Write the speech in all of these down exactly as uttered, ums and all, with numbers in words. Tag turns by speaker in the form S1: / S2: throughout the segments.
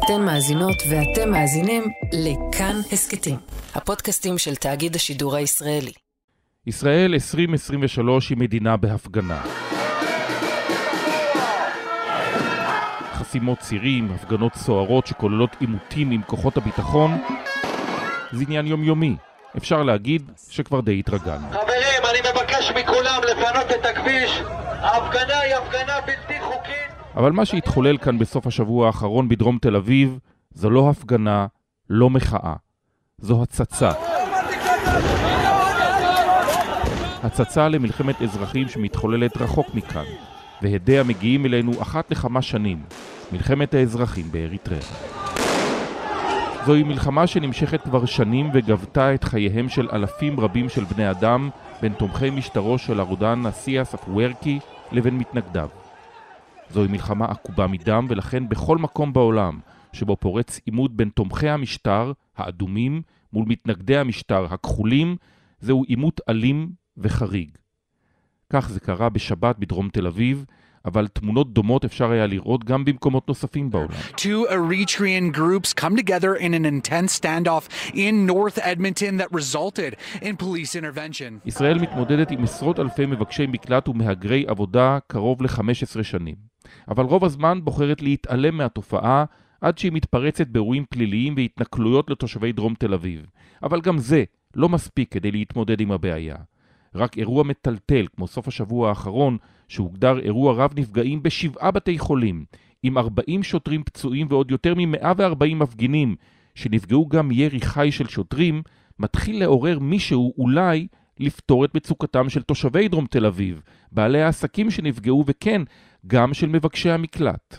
S1: אתן מאזינות ואתם מאזינים לכאן הסקטים, הפודקאסטים של תאגיד השידור הישראלי.
S2: ישראל עשרים עשרים ושלוש היא מדינה בהפגנה. חסימות צירים, הפגנות סוערות שכוללות עימותים עם כוחות הביטחון, זה עניין יומיומי. אפשר להגיד שכבר די התרגלנו.
S3: חברים, אני מבקש מכולם לפנות את הכביש. ההפגנה היא הפגנה בלתי חוקית.
S2: אבל מה שהתחולל כאן בסוף השבוע האחרון בדרום תל אביב, זו לא הפגנה, לא מחאה. זו הצצה. הצצה למלחמת אזרחים שמתחוללת רחוק מכאן, והדיה מגיעים אלינו אחת לכמה שנים, מלחמת האזרחים באריתריאה. זוהי מלחמה שנמשכת כבר שנים וגבתה את חייהם של אלפים רבים של בני אדם, בין תומכי משטרו של הרודן אסיאס אפוורקי לבין מתנגדיו. זוהי מלחמה עקובה מדם, ולכן בכל מקום בעולם שבו פורץ עימות בין תומכי המשטר, האדומים, מול מתנגדי המשטר, הכחולים, זהו עימות אלים וחריג. כך זה קרה בשבת בדרום תל אביב, אבל תמונות דומות אפשר היה לראות גם במקומות נוספים בעולם.
S4: Two Eritrean groups come together in an intense standoff in North Edmonton that resulted in police intervention.
S2: ישראל מתמודדת עם עשרות אלפי מבקשי מקלט ומהגרי עבודה קרוב ל-חמש עשרה שנים. אבל רוב הזמן בוחרת להתעלם מהתופעה עד שהיא מתפרצת באירועים פליליים והתנכלויות לתושבי דרום תל אביב. אבל גם זה לא מספיק כדי להתמודד עם הבעיה. רק אירוע מטלטל, כמו סוף השבוע האחרון, שהוגדר אירוע רב נפגעים בשבעה בתי חולים, עם ארבעים שוטרים פצועים ועוד יותר מ-מאה וארבעים מפגינים, שנפגעו גם ירי חי של שוטרים, מתחיל לעורר מישהו אולי לפתור את מצוקתם של תושבי דרום תל אביב, בעלי העסקים שנפגעו וכן, גם של מבקשי המקלט.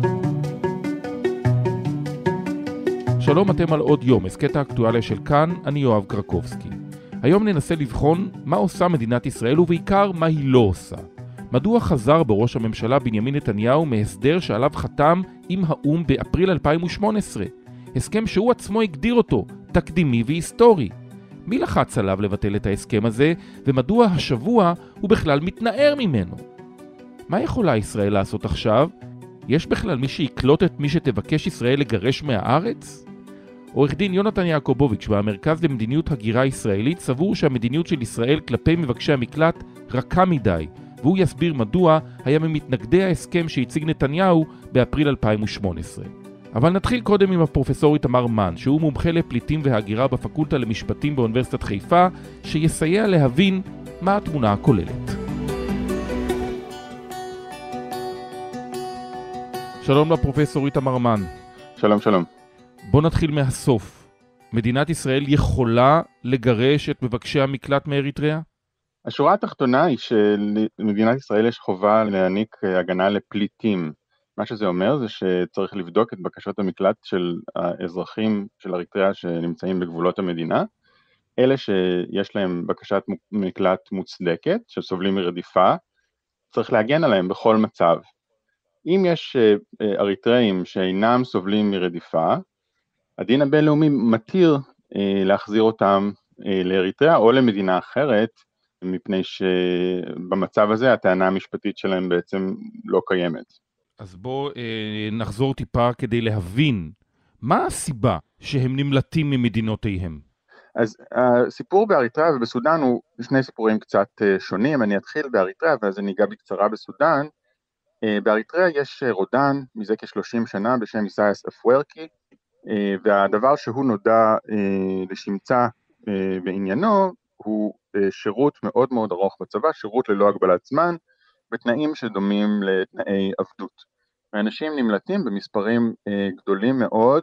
S2: שלום, אתם על עוד יום, הסקט האקטואליה של כאן, אני יואב קרקובסקי. היום ננסה לבחון מה עושה מדינת ישראל ובעיקר מה היא לא עושה. מדוע חזר בראש הממשלה בנימין נתניהו מהסדר שעליו חתם עם האום באפריל אלפיים ושמונה עשרה? הסכם שהוא עצמו הגדיר אותו, תקדימי והיסטורי. מי לחץ עליו לבטל את ההסכם הזה, ומדוע השבוע הוא בכלל מתנער ממנו? מה יכולה ישראל לעשות עכשיו? יש בכלל מי שיקלוט את מי שתבקש ישראל לגרש מהארץ? עורך דין יונתן יעקובוביץ' במרכז למדיניות הגירה ישראלית סבור שהמדיניות של ישראל כלפי מבקשי המקלט רכה מדי, והוא יסביר מדוע היה ממתנגדי ההסכם שהציג נתניהו באפריל אלפיים ושמונה עשרה. אבל נתחיל קודם עם הפרופסור איתמר מן, שהוא מומחה לפליטים והגירה בפקולטה למשפטים באוניברסיטת חיפה, שיסייע להבין מה התמונה הכוללת. שלום לפרופסור איתמר מן.
S5: שלום שלום.
S2: בוא נתחיל מהסוף. מדינת ישראל יכולה לגרש את מבקשי המקלט מאריתריאה?
S5: השורה התחתונה היא שלמדינת ישראל יש חובה להעניק הגנה לפליטים. מה שזה אומר זה שצריך לבדוק את בקשות המקלט של האזרחים של אריתריאה שנמצאים בגבולות המדינה, אלה שיש להם בקשת מקלט מוצדקת, שסובלים מרדיפה, צריך להגן עליהם בכל מצב. אם יש אריתריאים שאינם סובלים מרדיפה, הדין הבינלאומי מתיר אה, להחזיר אותם אה, לאריתריאה או למדינה אחרת, מפני שבמצב הזה הטענה המשפטית שלהם בעצם לא קיימת.
S2: אז בוא אה, נחזור טיפה כדי להבין מה הסיבה שהם נמלטים ממדינותיהם.
S5: אז הסיפור באריתריאה ובסודן הוא שני סיפורים קצת אה, שונים. אני אתחיל באריתריאה ואז אני אגע בקצרה בסודן. אה, באריתריאה יש רודן מזה כ-שלושים שנה בשם אסיאס אפוורקי, והדבר שהוא נודע לשמצה בעניינו הוא שירות מאוד מאוד ארוך בצבא, שירות ללא הגבלת זמן, בתנאים שדומים לתנאי עבדות. האנשים נמלטים במספרים גדולים מאוד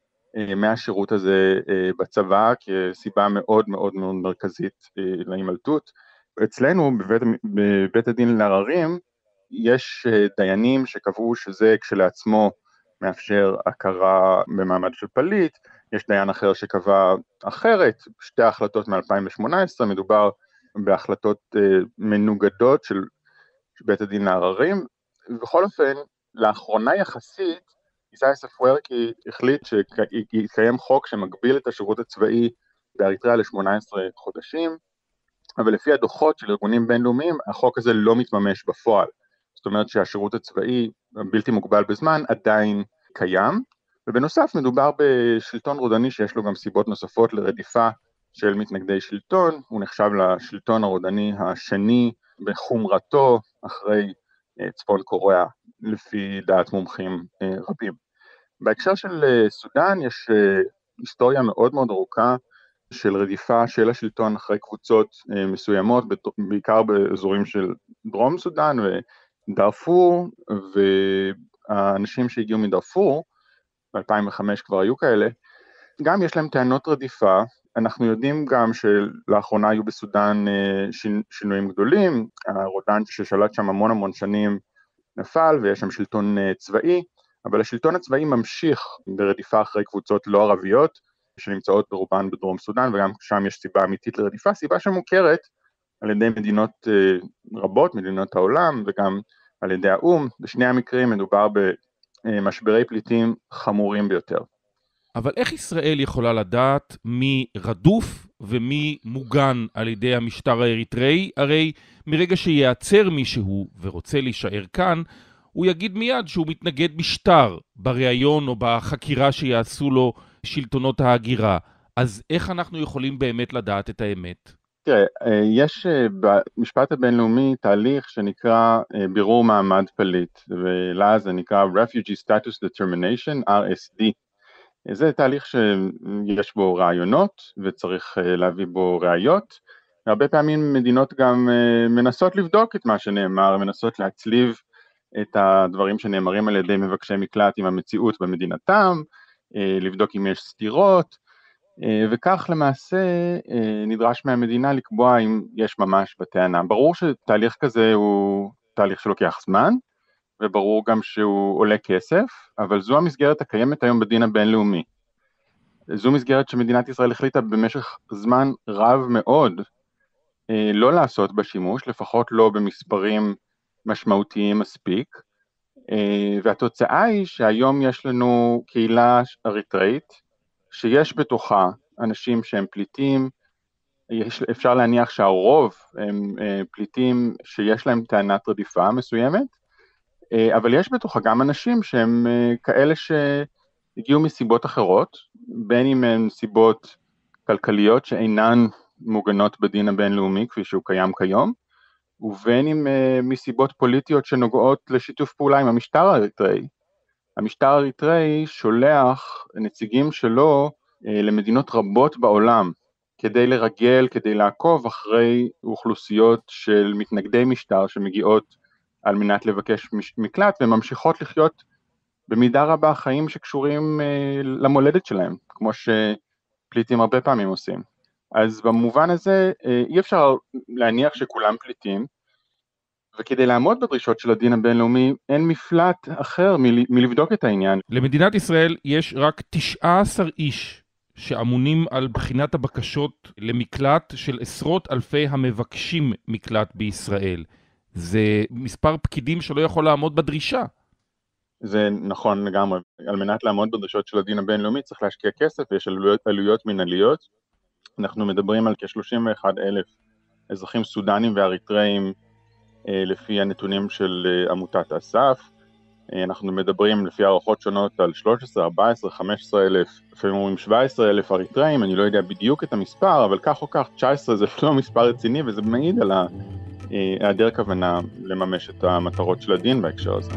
S5: מהשירות הזה בצבא, כסיבה מאוד מאוד מאוד מרכזית להימלטות. אצלנו בבית, בבית הדין לערערים יש דיינים שקבעו שזה כשלעצמו מאפשר הכרה במעמד של פליט, יש דיין אחר שקבע אחרת, שתי החלטות מ-אלפיים ושמונה עשרה, מדובר בהחלטות uh, מנוגדות של, של בית הדין לערערים, ובכל אופן, לאחרונה יחסית, אסיאס אפוורקי החליט שיתקיים חוק שמגביל את השירות הצבאי באריתריאה ל-שמונה עשרה חודשים, אבל לפי הדוחות של ארגונים בינלאומיים, החוק הזה לא מתממש בפועל. זאת אומרת שהשירות הצבאי בלתי מוגבל בזמן עדיין קיים, ובנוסף מדובר בשלטון רודני שיש לו גם סיבות נוספות לרדיפה של מתנגדי שלטון, הוא נחשב לשלטון הרודני השני בחומרתו אחרי צפון קוריאה, לפי דעת מומחים רבים. בהקשר של סודאן יש היסטוריה מאוד מאוד ארוכה של רדיפה של השלטון אחרי קבוצות מסוימות, בעיקר באזורים של דרום סודאן ודארפור, והאנשים שהגיעו מדארפור, ב-אלפיים וחמש כבר היו כאלה, גם יש להם טענות רדיפה. אנחנו יודעים גם שלאחרונה היו בסודאן שינויים גדולים, הרודן ששלט שם המון המון שנים נפל ויש שם שלטון צבאי, אבל השלטון הצבאי ממשיך ברדיפה אחרי קבוצות לא ערביות, שנמצאות ברובן בדרום סודאן, וגם שם יש סיבה אמיתית לרדיפה, סיבה שמוכרת על ידי מדינות רבות, מדינות העולם, וגם על ידי האום. בשני המקרים מדובר במשברי פליטים חמורים ביותר.
S2: אבל איך ישראל יכולה לדעת מי רדוף ומי מוגן על ידי המשטר האריתראי? הרי מרגע שיעצר מישהו ורוצה להישאר כאן, הוא יגיד מיד שהוא מתנגד משטר בריאיון או בחקירה שיעשו לו שלטונות ההגירה. אז איך אנחנו יכולים באמת לדעת את האמת?
S5: תראה, יש במשפט הבינלאומי תהליך שנקרא בירור מעמד פליט, ולאז זה נקרא Refugee Status Determination, אר אס די. זה תהליך שיש בו רעיונות וצריך להביא בו ראיות. הרבה פעמים מדינות גם מנסות לבדוק את מה שנאמר, מנסות להצליב את הדברים שנאמרים על ידי מבקשי מקלט עם המציאות במדינתם, לבדוק אם יש סתירות, וכך למעשה נדרש מהמדינה לקבוע אם יש ממש בטענה. ברור שתהליך כזה הוא תהליך שלוקח זמן, וברור גם שהוא עולה כסף, אבל זו המסגרת הקיימת היום בדין הבינלאומי. זו מסגרת שמדינת ישראל החליטה במשך זמן רב מאוד לא לעשות בשימוש, לפחות לא במספרים משמעותיים מספיק, והתוצאה היא שהיום יש לנו קהילה אריתראית, שיש בתוכה אנשים שהם פליטים, יש, אפשר להניח שהרוב הם פליטים שיש להם טענת רדיפה מסוימת, אבל יש בתוכה גם אנשים שהם כאלה שהגיעו מסיבות אחרות, בין אם הם סיבות כלכליות שאינן מוגנות בדין הבינלאומי כפי שהוא קיים כיום, ובין אם מסיבות פוליטיות שנוגעות לשיתוף פעולה עם המשטר האריתראי. המשטר האריתראי שולח נציגים שלו למדינות רבות בעולם, כדי לרגל, כדי לעקוב אחרי אוכלוסיות של מתנגדי משטר שמגיעות על מנת לבקש מקלט, וממשיכות לחיות במידה רבה חיים שקשורים למולדת שלהם, כמו שפליטים הרבה פעמים עושים. אז במובן הזה אי אפשר להניח שכולם פליטים, וכדי לעמוד בדרישות של הדין הבינלאומי אין מפלט אחר מלבדוק את העניין.
S2: למדינת ישראל יש רק תשעה עשר איש שאמונים על בחינת הבקשות למקלט של עשרות אלפי המבקשים מקלט בישראל. זה מספר פקידים שלא יכול לעמוד בדרישה.
S5: זה נכון לגמרי. על מנת לעמוד בדרישות של הדין הבינלאומי צריך להשקיע כסף, ויש עלויות, עלויות מנהליות. אנחנו מדברים על כ-שלושים ואחד אלף אזרחים סודנים ואריתראים, לפי הנתונים של עמותת אסף. אנחנו מדברים לפי הערכות שונות על שלוש עשרה, ארבע עשרה, חמש עשרה אלף, לפעמים אומרים שבע עשרה אלף אריתראים, אני לא יודע בדיוק את המספר, אבל כך או כך תשע עשרה זה לא מספר רציני, וזה מעיד על היעדר כוונה לממש את המטרות של הדין בהקשר הזה.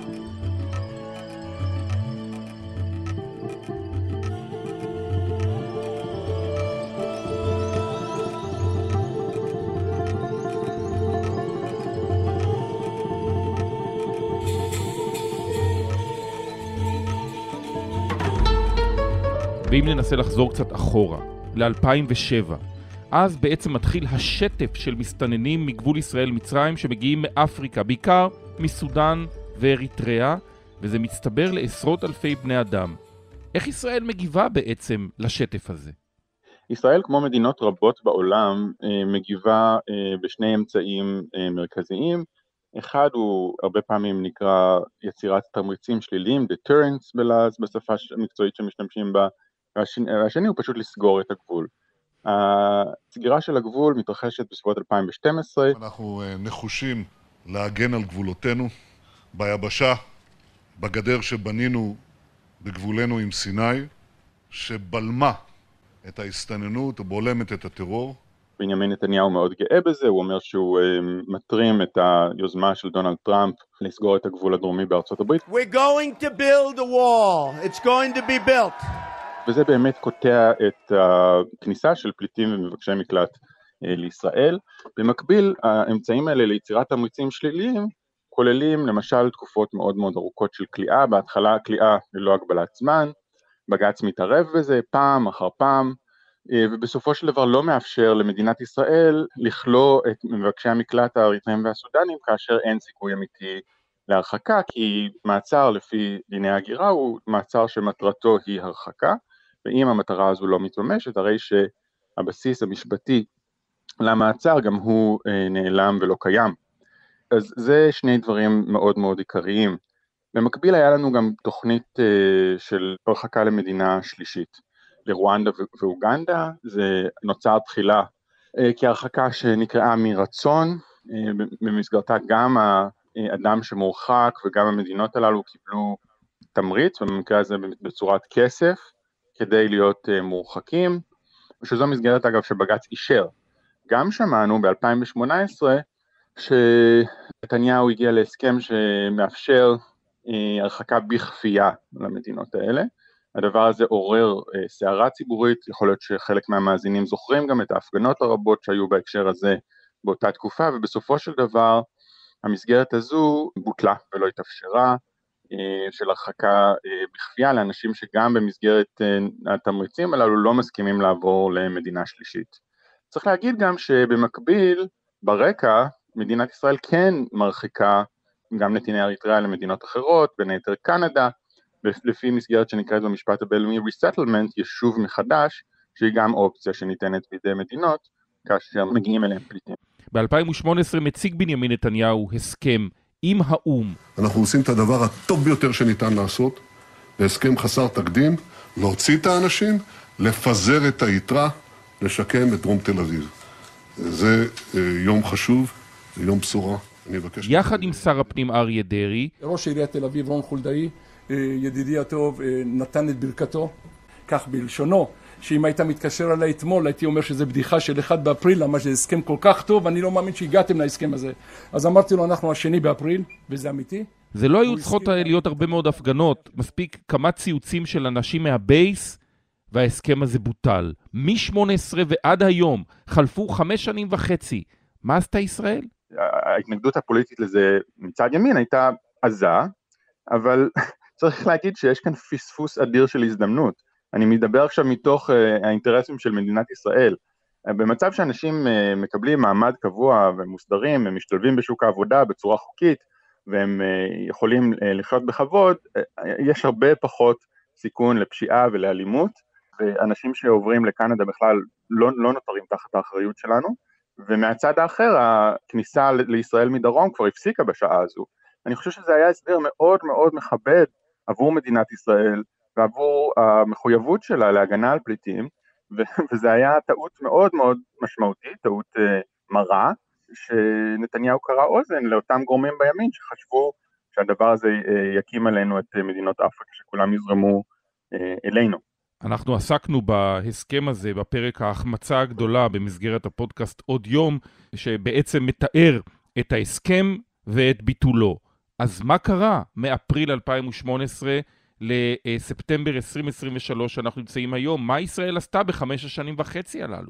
S2: ואם ננסה לחזור קצת אחורה, ל-אלפיים ושבע, אז בעצם מתחיל השטף של מסתננים מגבול ישראל-מצרים שמגיעים מאפריקה, בעיקר מסודן ואריתריאה, וזה מצטבר לעשרות אלפי בני אדם. איך ישראל מגיבה בעצם לשטף הזה?
S5: ישראל, כמו מדינות רבות בעולם, מגיבה בשני אמצעים מרכזיים. אחד הוא הרבה פעמים נקרא יצירת תמריצים שליליים, deterrence בלעז, בשפה המקצועית שמשתמשים בה, והשני הוא פשוט לסגור את הגבול. הסגירה של הגבול מתרחשת בסביבות אלפיים ושתים עשרה.
S6: אנחנו נחושים להגן על גבולותינו, ביבשה, בגדר שבנינו בגבולנו עם סיני, שבלמה את ההסתננות ובולמת את הטרור.
S5: בנימין נתניהו מאוד גאה בזה, הוא אומר שהוא מטרים את היוזמה של דונלד טראמפ לסגור את הגבול הדרומי בארצות הברית.
S7: We're going to build a wall. It's going to be built.
S5: וזה באמת קוטע את הכניסה של פליטים ומבקשי מקלט לישראל. במקביל, האמצעים האלה ליצירת תמריצים שליליים, כוללים למשל תקופות מאוד מאוד ארוכות של כליאה, בהתחלה כליאה ללא הגבלת זמן, בג"ץ מתערב בזה פעם אחר פעם, ובסופו של דבר לא מאפשר למדינת ישראל לכלוא את מבקשי המקלט האריתראים והסודנים, כאשר אין סיכוי אמיתי להרחקה, כי מעצר לפי דיני ההגירה הוא מעצר שמטרתו היא הרחקה, ואם המטרה הזו לא מתממשת, הרי שהבסיס המשפטי למעצר גם הוא נעלם ולא קיים. אז זה שני דברים מאוד מאוד עיקריים. במקביל היה לנו גם תוכנית של הרחקה למדינה שלישית, לרואנדה ואוגנדה. זה נוצר תחילה כהרחקה שנקראה מרצון, במסגרתה גם האדם שמורחק וגם המדינות הללו קיבלו תמריץ, במקרה הזה בצורת כסף, כדי להיות מורחקים, ושזו מסגרת אגב שבג"ץ אישר. גם שמענו ב-אלפיים שמונה עשרה שנתניהו הגיע להסכם שמאפשר הרחקה בכפייה למדינות האלה. הדבר הזה עורר סערה ציבורית, יכול להיות שחלק מהמאזינים זוכרים גם את ההפגנות הרבות שהיו בהקשר הזה באותה תקופה, ובסופו של דבר המסגרת הזו בוטלה ולא התאפשרה, של הרחקה בכפייה לאנשים שגם במסגרת התמריצים הללו לא מסכימים לעבור למדינה שלישית. צריך להגיד גם שבמקביל ברקע מדינת ישראל כן מרחיקה גם נתיני אריתריאה למדינות אחרות, בין היתר קנדה, לפי מסגרת שנקראת במשפט הבינלאומי resettlement, יישוב מחדש, שהיא גם אופציה שניתנת בידי מדינות כאשר מגיעים אליהם פליטים.
S2: ב-אלפיים שמונה עשרה מציג בנימין נתניהו הסכם עם האום.
S6: אנחנו עושים את הדבר הטוב ביותר שניתן לעשות, בהסכם חסר תקדים, להוציא את האנשים, לפזר את היתרה, לשקם את דרום תל אביב. זה יום חשוב, זה יום בשורה. אני אבקש...
S2: יחד עם שר הפנים אריה דרעי,
S8: ראש עיריית תל אביב רון חולדאי, ידידי הטוב, נתן את ברכתו, כך בלשונו, שאם היית מתקשר עליי אתמול, הייתי אומר שזה בדיחה של אחד באפריל, למה שזה הסכם כל כך טוב, אני לא מאמין שהגעתם להסכם הזה. אז אמרתי לו, אנחנו השני באפריל, וזה אמיתי.
S2: זה לא היו צריכות להיות הרבה מאוד הפגנות, מספיק כמה ציוצים של אנשים מהבייס, וההסכם הזה בוטל. מ-שמונה עשרה ועד היום, חלפו חמש שנים וחצי. מה עשתה ישראל?
S5: ההתנגדות הפוליטית לזה מצד ימין הייתה עזה, אבל צריך להגיד שיש כאן פספוס אדיר של הזדמנות. אני מדבר עכשיו מתוך האינטרסים של מדינת ישראל. במצב שאנשים מקבלים מעמד קבוע ומוסדרים, הם משתלבים בשוק העבודה בצורה חוקית, והם יכולים לחיות בכבוד, יש הרבה פחות סיכון לפשיעה ולאלימות, ואנשים שעוברים לקנדה בכלל לא, לא נותרים תחת האחריות שלנו, ומהצד האחר, הכניסה לישראל מדרום כבר הפסיקה בשעה הזו. אני חושב שזה היה הסדר מאוד מאוד מכבד עבור מדינת ישראל, ועבור המחויבות שלה להגנה על פליטים, וזה היה טעות מאוד מאוד משמעותית, טעות מרה, שנתניהו קרא אוזן לאותם גורמים בימין שחשבו שהדבר הזה יקים עלינו את מדינות אפריקה, שכולם יזרמו אלינו.
S2: אנחנו עסקנו בהסכם הזה, בפרק ההחמצה הגדולה במסגרת הפודקאסט עוד יום, שבעצם מתאר את ההסכם ואת ביטולו. אז מה קרה מאפריל אלפיים שמונה עשרה לספטמבר עשרים עשרים ושלוש שאנחנו נמצאים היום? מה ישראל עשתה בחמש השנים וחצי הללו?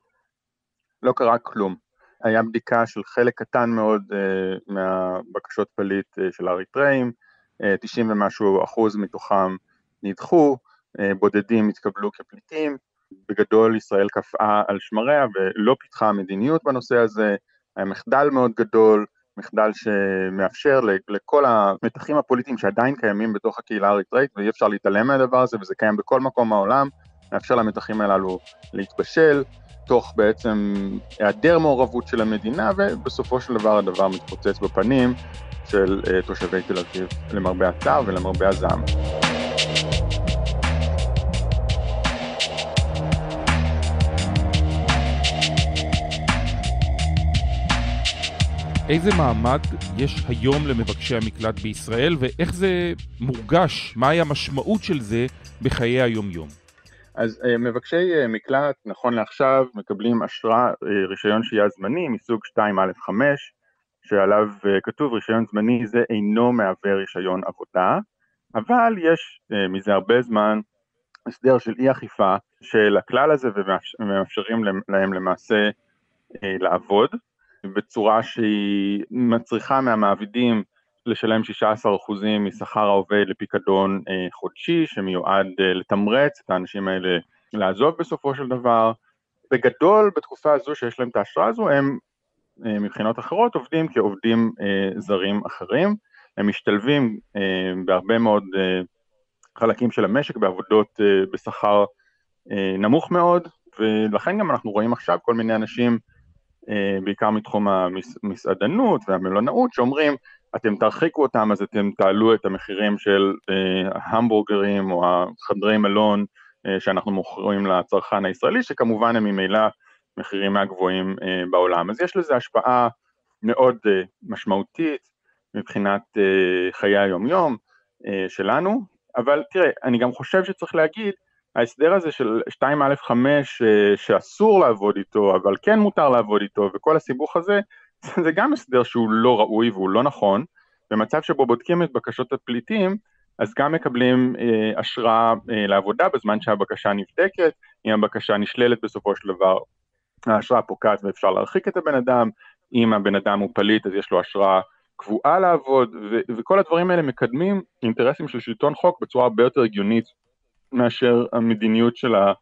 S5: לא קרה כלום. היה בדיקה של חלק קטן מאוד uh, מהבקשות פליט uh, של האריתראים, uh, תשעים ומשהו אחוז מתוכם נדחו, uh, בודדים התקבלו כפליטים, בגדול ישראל קפאה על שמריה ולא פיתחה מדיניות בנושא הזה, היה מחדל מאוד גדול, מחדל שמאפשר לכל המתחים הפוליטיים שעדיין קיימים בתוך הקהילה האריתראית, ואי אפשר להתעלם מהדבר הזה, וזה קיים בכל מקום מהעולם, מאפשר למתחים הללו להתבשל, תוך בעצם היעדר מעורבות של המדינה, ובסופו של דבר הדבר מתפוצץ בפנים של תושבי תל אביב, למרבה הצער ולמרבה הזעם.
S2: איזה מעמד יש היום למבקשי המקלט בישראל, ואיך זה מורגש? מהי המשמעות של זה בחיי היום-יום?
S5: אז מבקשי מקלט, נכון לעכשיו, מקבלים אשרה, רישיון שהייה זמני מסוג שתיים א' חמש, שעליו כתוב רישיון זמני זה אינו מהווה רישיון עבודה, אבל יש מזה הרבה זמן הסדר של אי אכיפה של הכלל הזה, ומאפשרים להם למעשה לעבוד, בצורה שהיא מצריכה מהמעבידים לשלם שישה עשר אחוז משכר העובד לפיקדון חודשי, שמיועד לתמרץ את האנשים האלה לעזוב בסופו של דבר. בגדול, בתקופה הזו שיש להם את האשרה הזו, הם מבחינות אחרות עובדים כעובדים זרים אחרים, הם משתלבים בהרבה מאוד חלקים של המשק, בעבודות בשכר נמוך מאוד, ולכן גם אנחנו רואים עכשיו כל מיני אנשים, בעיקר מתחום המסעדנות והמלונאות, שאומרים, אתם תרחיקו אותם, אז אתם תעלו את המחירים של ההמבורגרים או החדרי מלון שאנחנו מוכרים לצרכן הישראלי, שכמובן הם ממילא מחירים מהגבוהים בעולם. אז יש לזה השפעה מאוד משמעותית מבחינת חיי היום-יום שלנו, אבל תראה, אני גם חושב שצריך להגיד, ההסדר הזה של שתיים א' חמש שאסור לעבוד איתו, אבל כן מותר לעבוד איתו, וכל הסיבוך הזה, זה גם הסדר שהוא לא ראוי והוא לא נכון, במצב שבו בודקים את בקשות הפליטים, אז גם מקבלים אשרה לעבודה בזמן שהבקשה נבדקת, אם הבקשה נשללת בסופו של דבר, האשרה פוקעת ואפשר להרחיק את הבן אדם, אם הבן אדם הוא פליט אז יש לו אשרה קבועה לעבוד, ו- וכל הדברים האלה מקדמים אינטרסים של שלטון חוק בצורה הרבה יותר הגיונית, מאשר המדיניות של ה...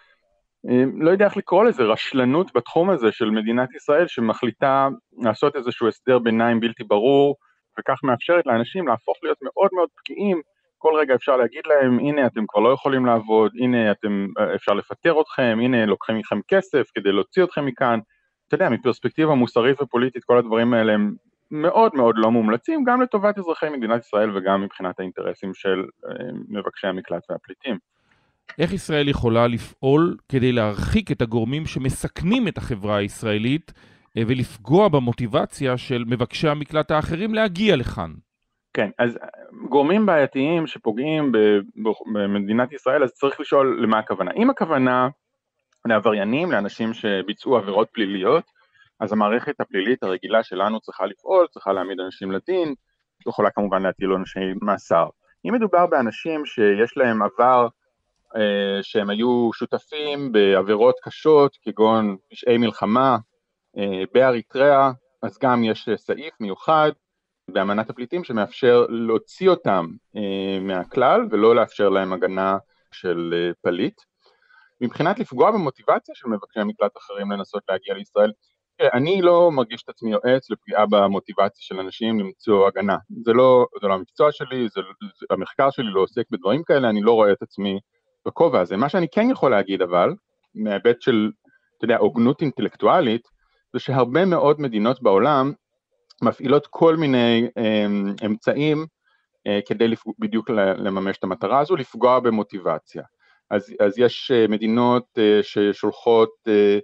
S5: לא יודע איך לקרוא לזה, רשלנות בתחום הזה של מדינת ישראל, שמחליטה לעשות איזשהו הסדר ביניים בלתי ברור, וכך מאפשרת לאנשים להפוך להיות מאוד מאוד פגיעים, כל רגע אפשר להגיד להם, הנה אתם כבר לא יכולים לעבוד, הנה אתם, אפשר לפטר אתכם, הנה לוקחים מכם כסף כדי להוציא אתכם מכאן, אתה יודע, מפרספקטיבה מוסרית ופוליטית, כל הדברים האלה הם מאוד מאוד לא מומלצים, גם לטובת אזרחי מדינת ישראל וגם מבחינת האינטרסים של מבקשי המקלט והפליטים.
S2: איך ישראל יכולה לפעול כדי להרחיק את הגורמים שמסכנים את החברה הישראלית ולפגוע במוטיבציה של מבקשי המקלט האחרים להגיע לכאן?
S5: כן, אז גורמים בעייתיים שפוגעים במדינת ישראל, אז צריך לשאול למה הכוונה. אם הכוונה לעבריינים, לאנשים שביצעו עבירות פליליות, אז המערכת הפלילית הרגילה שלנו צריכה לפעול, צריכה להעמיד אנשים לדין, יכולה כמובן להטיל עונשי מאסר. אם מדובר באנשים שיש להם עבר, שהם היו שותפים בעבירות קשות, כגון פשעי מלחמה באריתריאה, אז גם יש סעיף מיוחד באמנת הפליטים שמאפשר להוציא אותם מהכלל, ולא לאפשר להם הגנה של פליט. מבחינת לפגוע במוטיבציה של מבקשי מקלט אחרים לנסות להגיע לישראל, אני לא מרגיש את עצמי יועץ לפגיעה במוטיבציה של אנשים למצוא הגנה. זה לא, זה לא המקצוע שלי, זה, זה, המחקר שלי לא עוסק בדברים כאלה, אני לא רואה את עצמי בכובע הזה. מה שאני כן יכול להגיד אבל, מהבית של, אתה יודע, הוגנות אינטלקטואלית, זה שהרבה מאוד מדינות בעולם מפעילות כל מיני אה, אמצעים אה, כדי לפג... בדיוק לממש את המטרה הזו, לפגוע במוטיבציה. אז, אז יש מדינות אה, ששולחות אה,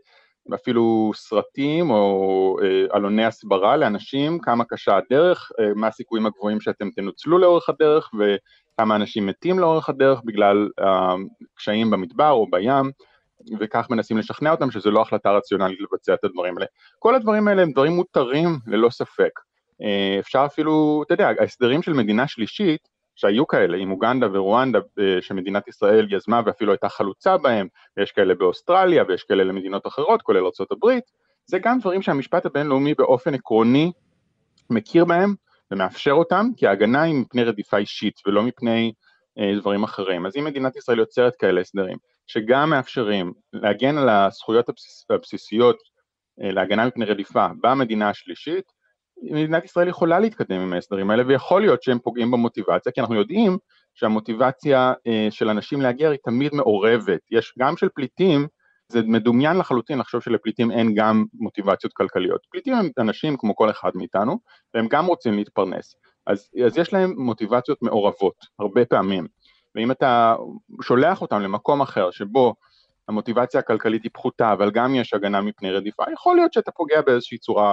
S5: אפילו סרטים או אה, עלוני הסברה לאנשים, כמה קשה הדרך, אה, מה הסיכויים הגבוהים שאתם תנוצלו לאורך הדרך, וכמה אנשים מתים לאורך הדרך בגלל הקשיים אה, במדבר או בים, וכך מנסים לשכנע אותם שזה לא החלטה רציונלית לבצע את הדברים האלה. כל הדברים האלה הם דברים מותרים ללא ספק. אה, אפשר אפילו, אתה יודע, ההסדרים של מדינה שלישית, שהיו כאלה עם אוגנדה ורואנדה שמדינת ישראל יזמה ואפילו הייתה חלוצה בהם, ויש כאלה באוסטרליה ויש כאלה למדינות אחרות, כולל ארצות הברית, זה גם דברים שהמשפט הבינלאומי באופן עקרוני מכיר בהם ומאפשר אותם, כי ההגנה היא מפני רדיפה אישית ולא מפני אה, דברים אחרים. אז אם מדינת ישראל יוצרת כאלה הסדרים, שגם מאפשרים להגן על הזכויות הבסיס, הבסיסיות, אה, להגנה מפני רדיפה במדינה השלישית, מדינת ישראל יכולה להתקדם עם ההסדרים האלה, ויכול להיות שהם פוגעים במוטיבציה, כי אנחנו יודעים שהמוטיבציה של אנשים להגיע היא תמיד מעורבת. יש גם של פליטים, זה מדומיין לחלוטין לחשוב שלפליטים אין גם מוטיבציות כלכליות. פליטים הם אנשים כמו כל אחד מאיתנו, והם גם רוצים להתפרנס. אז, אז יש להם מוטיבציות מעורבות, הרבה פעמים. ואם אתה שולח אותם למקום אחר, שבו המוטיבציה הכלכלית היא פחותה, אבל גם יש הגנה מפני רדיפה, יכול להיות שאתה פוגע באיזושהי צורה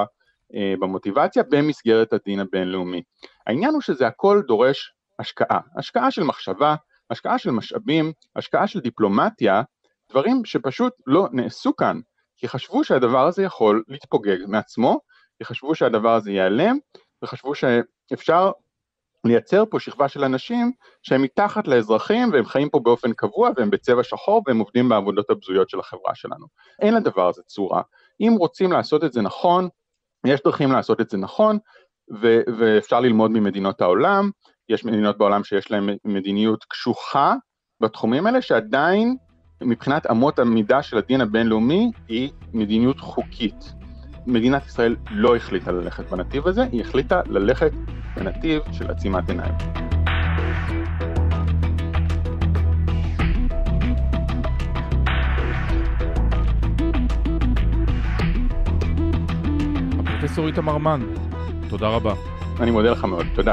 S5: במוטיבציה במסגרת הדין הבינלאומי. העניין הוא שזה הכל דורש השקעה, השקעה של מחשבה, השקעה של משאבים, השקעה של דיפלומטיה, דברים שפשוט לא נעשו כאן, כי חשבו שהדבר הזה יכול להתפוגג מעצמו, כי חשבו שהדבר הזה ייעלם, וחשבו שאפשר לייצר פה שכבה של אנשים שהם מתחת לאזרחים, והם חיים פה באופן קבוע, והם בצבע שחור, והם עובדים בעבודות הבזויות של החברה שלנו. אין לדבר הזה צורה. אם רוצים לעשות את זה נכון, יש דרכים לעשות את זה נכון, ו- ואפשר ללמוד ממדינות העולם, יש מדינות בעולם שיש להן מדיניות קשוחה בתחומים האלה, שעדיין מבחינת אמות המידה של הדין הבינלאומי, היא מדיניות חוקית. מדינת ישראל לא החליטה ללכת בנתיב הזה, היא החליטה ללכת בנתיב של עצימת עיניים.
S2: הפרופסור איתמר מן, תודה רבה.
S5: אני מודה לך מאוד, תודה.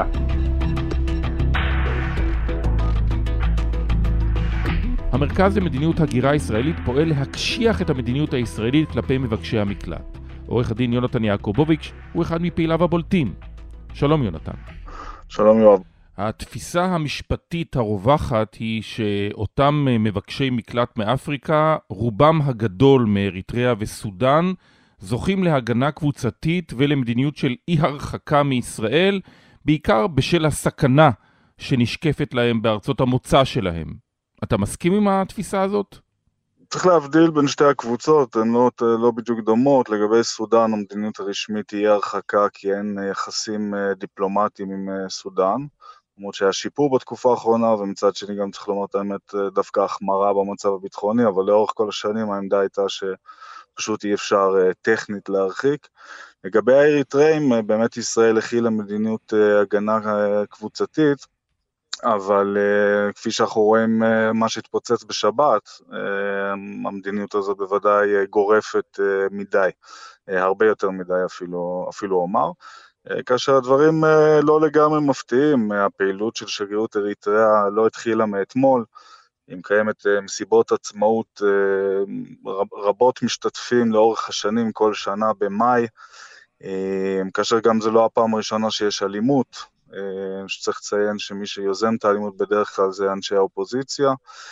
S2: המרכז למדיניות הגירה ישראלית פועל להקשיח את המדיניות הישראלית כלפי מבקשי המקלט. עורך הדין יונתן יעקובוביץ' הוא אחד מפעיליו הבולטים. שלום יונתן.
S9: שלום יואב.
S2: התפיסה המשפטית הרווחת היא שאותם מבקשי מקלט מאפריקה, רובם הגדול מאריתריאה וסודן, זוכים להגנה קבוצתית ולמדיניות של אי הרחקה מישראל, בעיקר בשל הסכנה שנשקפת להם בארצות המוצא שלהם. אתה מסכים עם התפיסה הזאת?
S9: צריך להבדיל בין שתי הקבוצות, הן לא, לא בדיוק דומות. לגבי סודן המדיניות הרשמית היא הרחקה כי אין יחסים דיפלומטיים עם סודן, למרות שהיה שיפור בתקופה האחרונה, ומצד שני גם צריך לומר את האמת דווקא החמרה במצב הביטחוני, אבל לאורך כל השנים העמדה הייתה שפשוט אי אפשר טכנית להרחיק. לגבי האריתראים, באמת ישראל הכילה מדיניות הגנה קבוצתית, אבל uh, כפי שאנחנו רואים uh, מה שהתפוצץ בשבת, uh, המדיניות הזאת בוודאי uh, גורפת uh, מדי, uh, הרבה יותר מדי אפילו, אפילו אומר, uh, כאשר הדברים uh, לא לגמרי מפתיעים. הפעילות של שגרירות אריתריאה לא התחילה מאתמול, היא מקיימת uh, מסיבות עצמאות uh, רבות משתתפים לאורך השנים כל שנה במאי, uh, כאשר גם זה לא הפעם הראשונה שיש אלימות, שצריך לציין שמי שיוזם את האלימות בדרך כלל זה אנשי האופוזיציה,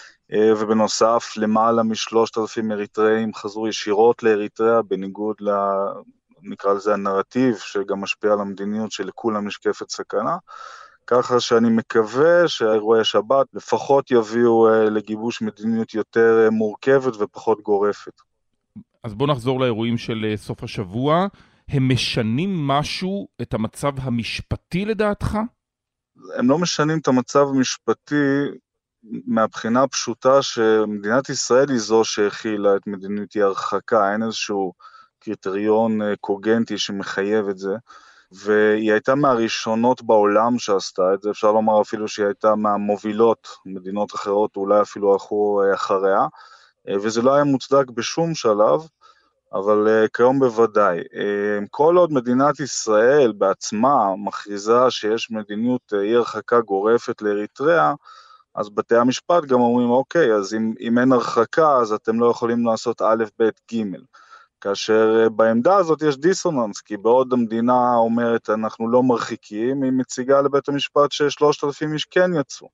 S9: ובנוסף למעלה משלושת אלפים אריתראים חזרו ישירות לאריתריאה, בניגוד ל... נקרא לזה הנרטיב שגם משפיע על המדיניות שלכולם נשקפת סכנה, ככה שאני מקווה שהאירועי השבת לפחות יביאו לגיבוש מדיניות יותר מורכבת ופחות גורפת.
S2: אז בוא נחזור לאירועים של סוף השבוע. הם משנים משהו, את המצב המשפטי לדעתך?
S9: הם לא משנים את המצב המשפטי מהבחינה הפשוטה שמדינת ישראל היא זו שהכילה את מדיניות ההרחקה, אין איזשהו קריטריון קוגנטי שמחייב את זה, והיא הייתה מהראשונות בעולם שעשתה את זה, אפשר לומר אפילו שהיא הייתה מהמובילות, מדינות אחרות אולי אפילו הלכו אחריה, וזה לא היה מוצדק בשום שלב, אבל uh, כיום בוודאי. Uh, כל עוד מדינת ישראל בעצמה מכריזה שיש מדיניות uh, אי הרחקה גורפת לאריתריאה, אז בתי המשפט גם אומרים, אוקיי, אז אם, אם אין הרחקה, אז אתם לא יכולים לעשות א', ב', ג'. כאשר uh, בעמדה הזאת יש דיסוננס, כי בעוד המדינה אומרת, אנחנו לא מרחיקים, היא מציגה לבית המשפט ששלושת אלפים איש כן יצאו.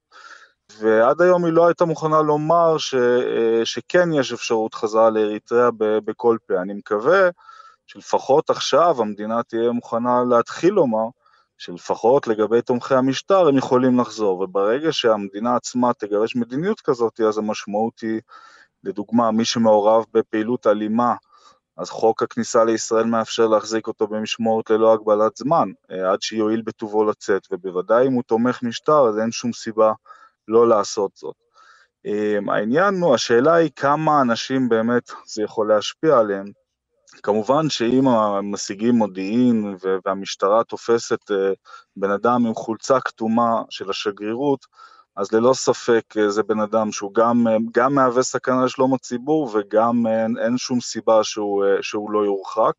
S9: ועד היום היא לא הייתה מוכנה לומר ש, שכן יש אפשרות חזרה לאריתריאה בכל פה. אני מקווה שלפחות עכשיו המדינה תהיה מוכנה להתחיל לומר, שלפחות לגבי תומכי המשטר הם יכולים לחזור, וברגע שהמדינה עצמה תגבש מדיניות כזאת, אז המשמעות היא, לדוגמה, מי שמעורב בפעילות אלימה, אז חוק הכניסה לישראל מאפשר להחזיק אותו במשמורת ללא הגבלת זמן, עד שיועיל בטובו לצאת, ובוודאי אם הוא תומך משטר, אז אין שום סיבה לא לעשות זאת. העניין הוא, השאלה היא כמה אנשים באמת זה יכול להשפיע עליהם. כמובן שאם המשיגים מודיעין והמשטרה תופסת בן אדם עם חולצה כתומה של השגרירות, אז ללא ספק זה בן אדם שהוא גם, גם מהווה סכנה לשלום הציבור, וגם אין, אין שום סיבה שהוא, שהוא לא יורחק.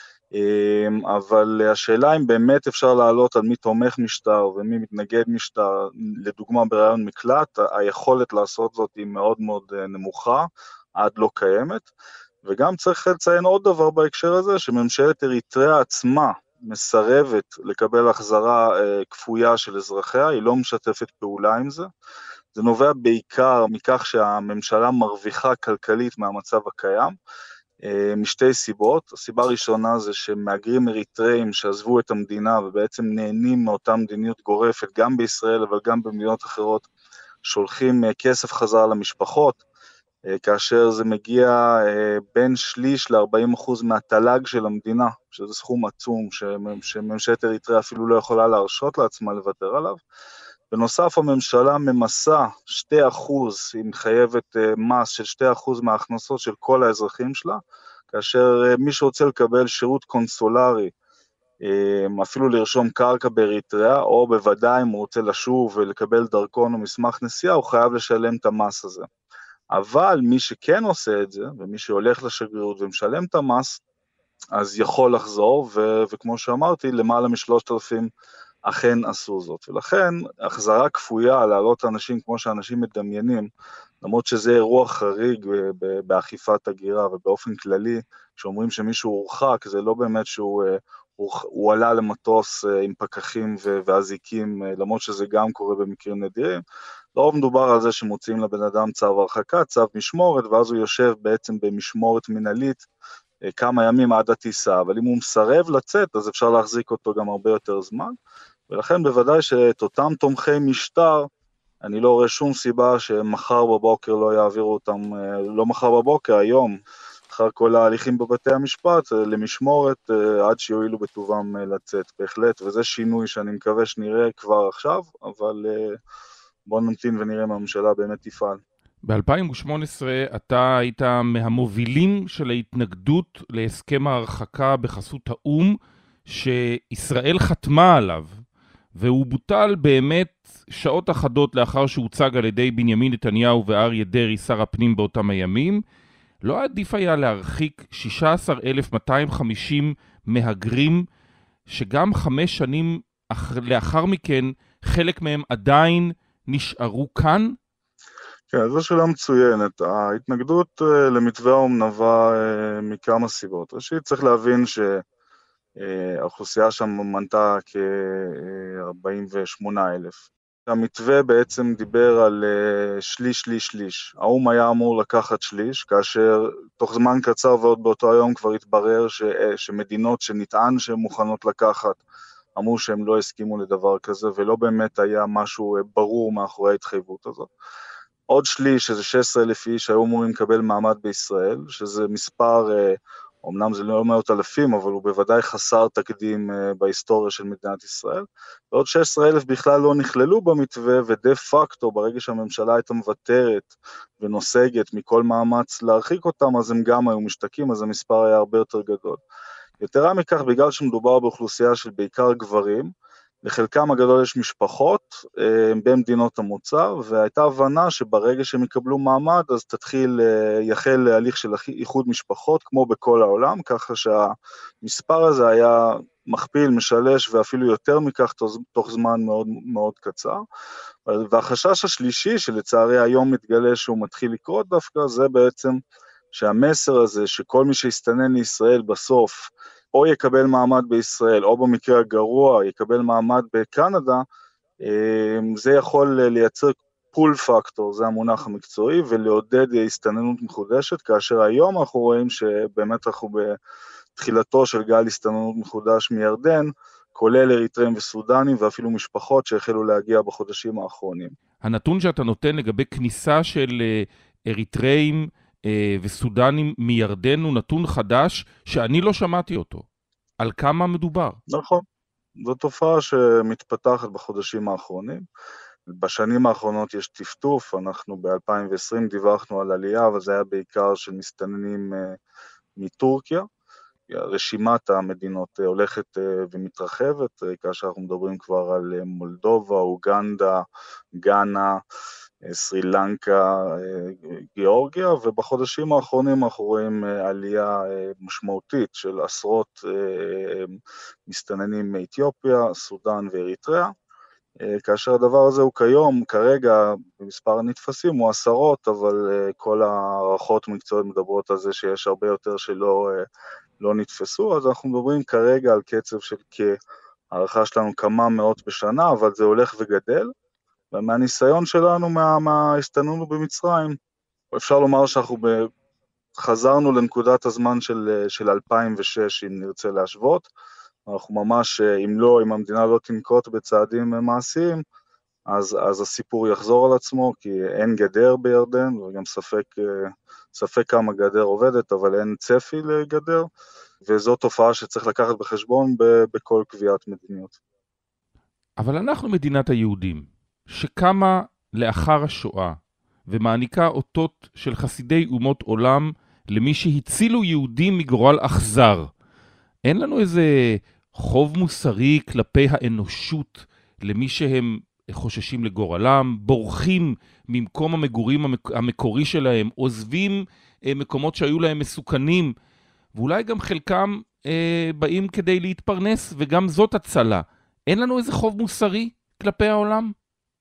S9: אבל השאלה אם באמת אפשר לעלות על מי תומך משטר ומי מתנגד משטר, לדוגמה ברעיון מקלט, היכולת לעשות זאת היא מאוד מאוד נמוכה, עד לא קיימת, וגם צריך לציין עוד דבר בהקשר הזה, שממשלת אריתריאה עצמה מסרבת לקבל החזרה אה, כפויה של אזרחיה, היא לא משתפת פעולה עם זה. זה נובע בעיקר מכך שהממשלה מרוויחה כלכלית מהמצב הקיים, אה, משתי סיבות. הסיבה הראשונה זה שמהגרים אריתראים שעזבו את המדינה ובעצם נהנים מאותה מדיניות גורפת, גם בישראל אבל גם במדינות אחרות, שולחים אה, כסף חזרה למשפחות, כאשר זה מגיע בין שליש ל-ארבעים אחוז מהתל"ג של המדינה, שזה סכום עצום שממשלת אריתריאה אפילו לא יכולה להרשות לעצמה לוותר עליו. בנוסף, הממשלה ממסה שני אחוז, היא מחייבת מס של שני אחוז מההכנסות של כל האזרחים שלה, כאשר מי שרוצה לקבל שירות קונסולרי, אפילו לרשום קרקע באריתריאה, או בוודאי אם הוא רוצה לשוב ולקבל דרכון או מסמך נסיעה, הוא חייב לשלם את המס הזה. אבל מי שכן עושה את זה, ומי שהולך לשגרירות ומשלם את המס, אז יכול לחזור, ו- וכמו שאמרתי, למעלה משלושת אלפים אכן עשו זאת. ולכן, החזרה כפויה להעלות אנשים כמו שאנשים מדמיינים, למרות שזה אירוע חריג ב- באכיפת הגירה, ובאופן כללי, שאומרים שמישהו הורחק, זה לא באמת שהוא הוא, הוא עלה למטוס עם פקחים ו- ואזיקים, למרות שזה גם קורה במקרים נדירים, לא מדובר על זה שמוציאים לבן אדם צו הרחקה, צו משמורת, ואז הוא יושב בעצם במשמורת מנהלית כמה ימים עד הטיסה, אבל אם הוא מסרב לצאת, אז אפשר להחזיק אותו גם הרבה יותר זמן, ולכן בוודאי שאת אותם תומכי משטר, אני לא רואה שום סיבה שמחר בבוקר לא יעבירו אותם, לא מחר בבוקר, היום, אחר כל ההליכים בבתי המשפט, למשמורת, עד שיועילו בטובם לצאת, בהחלט, וזה שינוי שאני מקווה שנראה כבר עכשיו, אבל בואו נמתין ונראה אם הממשלה באמת תפעל.
S2: ב-אלפיים ושמונה עשרה אתה היית מהמובילים של ההתנגדות להסכם ההרחקה בחסות האום, שישראל חתמה עליו, והוא בוטל באמת שעות אחדות לאחר שהוצג על ידי בנימין נתניהו ואריה דרעי שר הפנים באותם הימים. לא עדיף היה להרחיק שישה עשר אלף מאתיים וחמישים מהגרים, שגם חמש שנים לאחר מכן חלק מהם עדיין נשארו כאן?
S9: כן, זו שאלה מצוינת. ההתנגדות למתווה האום נבעה מכמה סיבות. ראשית, צריך להבין שהאוכלוסייה שם מנתה כ-ארבעים ושמונה אלף. המתווה בעצם דיבר על שליש, שליש, שליש. האום היה אמור לקחת שליש, כאשר תוך זמן קצר ועוד באותו היום כבר התברר ש... שמדינות שנטען שהן מוכנות לקחת, אמרו שהם לא הסכימו לדבר כזה, ולא באמת היה משהו ברור מאחורי ההתחייבות הזאת. עוד שליש, שזה שישה עשר אלף איש, היו אמורים לקבל מעמד בישראל, שזה מספר, אמנם זה לא מאות אלפים, אבל הוא בוודאי חסר תקדים בהיסטוריה של מדינת ישראל, ועוד שישה עשר אלף בכלל לא נכללו במתווה, ודה פקטו, ברגע שהממשלה הייתה מוותרת ונוסגת מכל מאמץ להרחיק אותם, אז הם גם היו משתקים, אז המספר היה הרבה יותר גדול. יתרה מכך, בגלל שמדובר באוכלוסייה של בעיקר גברים, לחלקם הגדול יש משפחות במדינות המוצא, והייתה הבנה שברגע שהם יקבלו מעמד, אז תתחיל, יחל הליך של איחוד משפחות, כמו בכל העולם, ככה שהמספר הזה היה מכפיל, משלש, ואפילו יותר מכך תוך זמן מאוד מאוד קצר. והחשש השלישי, שלצערי היום מתגלה שהוא מתחיל לקרות דווקא, זה בעצם שהמסר הזה, שכל מי שיסתנן לישראל בסוף, או יקבל מעמד בישראל, או במקרה הגרוע יקבל מעמד בקנדה, זה יכול לייצר פול פקטור, זה המונח המקצועי, ולעודד הסתננות מחודשת, כאשר היום אנחנו רואים שבאמת אנחנו בתחילתו של גל הסתננות מחודש מירדן, כולל אריתראים וסודנים, ואפילו משפחות שהחלו להגיע בחודשים האחרונים.
S2: הנתון שאתה נותן לגבי כניסה של אריתראים וסודנים מירדן הוא נתון חדש שאני לא שמעתי אותו. על כמה מדובר?
S9: נכון. זו תופעה שמתפתחת בחודשים האחרונים. בשנים האחרונות יש טפטוף, אנחנו ב-אלפיים ועשרים דיווחנו על עלייה, אבל זה היה בעיקר של מסתננים מטורקיה. רשימת המדינות הולכת ומתרחבת, כאשר אנחנו מדברים כבר על מולדובה, אוגנדה, גאנה, סרי לנקה, גיאורגיה, ובחודשים האחרונים אנחנו רואים עלייה משמעותית של עשרות מסתננים מאתיופיה, סודן ואריתריאה, כאשר הדבר הזה הוא כיום, כרגע, במספר הנתפסים הוא עשרות, אבל כל הערכות מקצועיות מדברות על זה שיש הרבה יותר שלא לא נתפסו, אז אנחנו מדברים כרגע על קצב של כהערכה שלנו כמה מאות בשנה, אבל זה הולך וגדל, ומהניסיון שלנו מה, מההסתננות במצרים, אפשר לומר שאנחנו ב... חזרנו לנקודת הזמן של, של אלפיים ושש, אם נרצה להשוות, אנחנו ממש, אם לא, אם המדינה לא תנקוט בצעדים מעשיים, אז, אז הסיפור יחזור על עצמו, כי אין גדר בירדן, וגם ספק, ספק כמה גדר עובדת, אבל אין צפי לגדר, וזו תופעה שצריך לקחת בחשבון ב, בכל קביעת מדיניות.
S2: אבל אנחנו מדינת היהודים, שקמה לאחר השואה, ומעניקה אותות של חסידי אומות עולם, למי שהצילו יהודים מגורל אכזר. אין לנו איזה חוב מוסרי כלפי האנושות, למי שהם חוששים לגורלם, בורחים ממקום המגורים המקורי שלהם, עוזבים מקומות שהיו להם מסוכנים, ואולי גם חלקם אה, באים כדי להתפרנס, וגם זאת הצלה. אין לנו איזה חוב מוסרי כלפי העולם?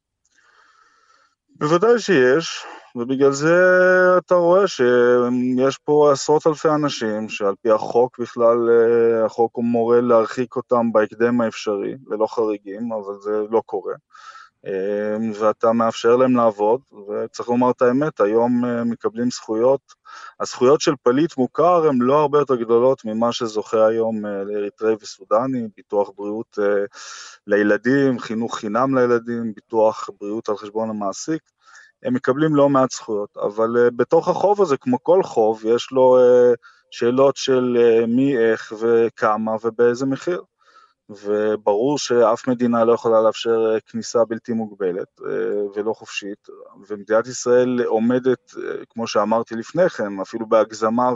S9: בוודאי שיש, ובגלל זה אתה רואה שיש פה עשרות אלפי אנשים שעל פי החוק בכלל, החוק הוא מורה להרחיק אותם בהקדם האפשרי, ללא חריגים, אבל זה לא קורה. ואתה מאפשר להם לעבוד, וצריך לומר את האמת, היום מקבלים זכויות, הזכויות של פליט מוכר הן לא הרבה יותר גדולות ממה שזוכה היום לאריתראי וסודני, ביטוח בריאות לילדים, חינוך חינם לילדים, ביטוח בריאות על חשבון המעסיק, הם מקבלים לא מעט זכויות, אבל בתוך החוב הזה, כמו כל חוב, יש לו שאלות של מי, איך וכמה ובאיזה מחיר. וברור שאף מדינה לא יכולה לאפשר כניסה בלתי מוגבלת ולא חופשית, ומדינת ישראל עומדת, כמו שאמרתי לפני כן, אפילו בהגזמה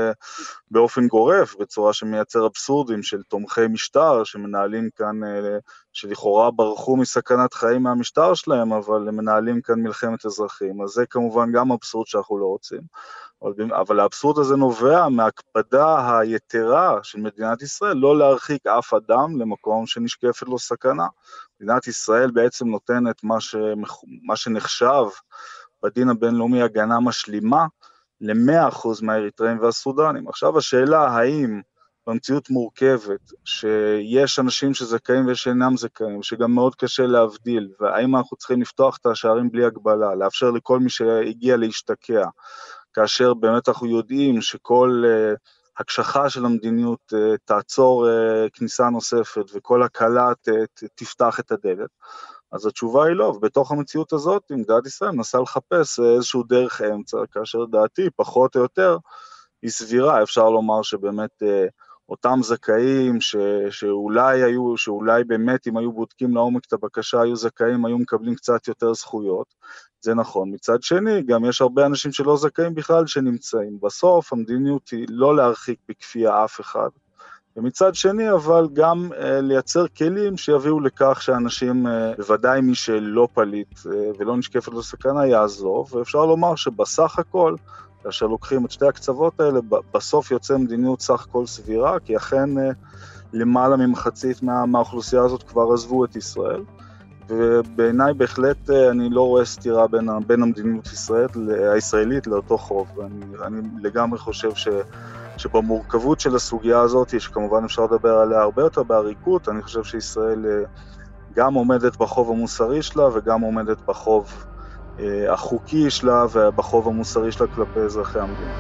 S9: ובאופן גורף, בצורה שמייצר אבסורדים של תומכי משטר, שמנהלים כאן, שלכאורה ברחו מסכנת חיים מהמשטר שלהם, אבל הם מנהלים כאן מלחמת אזרחים, אז זה כמובן גם אבסורד שאנחנו לא רוצים. אבל האבסורד הזה נובע מהקפדה היתרה של מדינת ישראל לא להרחיק אף אדם למקום שנשקפת לו סכנה. מדינת ישראל בעצם נותנת מה, שמח... מה שנחשב בדין הבינלאומי הגנה משלימה ל-מאה אחוז מהאריתראים והסודנים. עכשיו השאלה האם במציאות מורכבת שיש אנשים שזכאים ויש אינם זכאים, שגם מאוד קשה להבדיל, והאם אנחנו צריכים לפתוח את השערים בלי הגבלה, לאפשר לכל מי שהגיע להשתקע, כאשר באמת אנחנו יודעים שכל uh, הקשחה של המדיניות uh, תעצור uh, כניסה נוספת, וכל הקלה ת, ת, תפתח את הדלת, אז התשובה היא לא, ובתוך המציאות הזאת, עם דעת ישראל, נסה לחפש uh, איזשהו דרך אמצע, כאשר דעתי, פחות או יותר, היא סבירה, אפשר לומר שבאמת uh, אותם זכאים ש, שאולי היו, שאולי באמת אם היו בודקים לעומק את הבקשה, היו זכאים, היו מקבלים קצת יותר זכויות, זה נכון. מצד שני, גם יש הרבה אנשים שלא זכאים בכלל שנמצאים. בסוף, המדיניות היא לא להרחיק בכפייה אף אחד. ומצד שני, אבל גם uh, לייצר כלים שיביאו לכך שאנשים, uh, בוודאי מי שלא פליט uh, ולא נשקפת לו סכנה, יעזוב. ואפשר לומר שבסך הכל, כאשר לוקחים את שתי הקצוות האלה, בסוף יוצא מדיניות סך הכל סבירה, כי אכן uh, למעלה ממחצית מה, מהאוכלוסייה הזאת כבר עזבו את ישראל. ובעיניי בהחלט אני לא רואה סתירה בין, בין המדיניות ישראל, הישראלית לאותו חוב. אני, אני לגמרי חושב ש, שבמורכבות של הסוגיה הזאת, שכמובן אפשר לדבר עליה הרבה יותר בעריקות, אני חושב שישראל גם עומדת בחוב המוסרי שלה, וגם עומדת בחוב החוקי שלה, ובחוב המוסרי שלה כלפי אזרחי המדינה.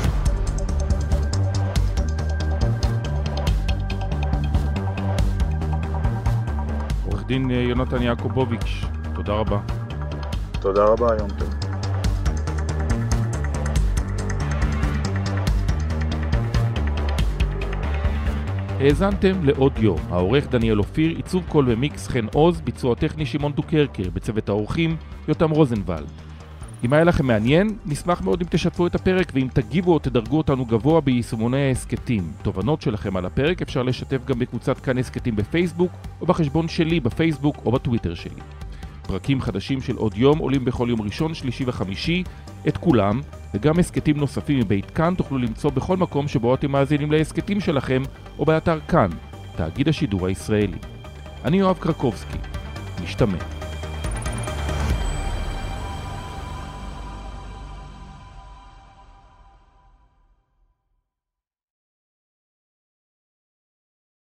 S2: דין יונתן יעקובוביץ', תודה רבה.
S9: תודה רבה, יום טוב.
S2: האזנתם לעוד יום. העורך דניאל אופיר, עיצוב קול ומיקס חן עוז, ביצוע טכני שמעון דוקרקר, בצוות האורחים יותם רוזנבלד. אם היה לכם מעניין, נשמח מאוד אם תשתפו את הפרק, ואם תגיבו או תדרגו אותנו גבוה ביישומוני העסקתים. תובנות שלכם על הפרק אפשר לשתף גם בקבוצת כאן עסקתים בפייסבוק, או בחשבון שלי בפייסבוק או בטוויטר שלי. פרקים חדשים של עוד יום עולים בכל יום ראשון, שלישי וחמישי, את כולם, וגם עסקתים נוספים מבית כאן תוכלו למצוא בכל מקום שבו אתם מאזינים לעסקתים שלכם, או באתר כאן, תאגיד השידור הישראלי. אני יואב קרקובסקי. משתמע.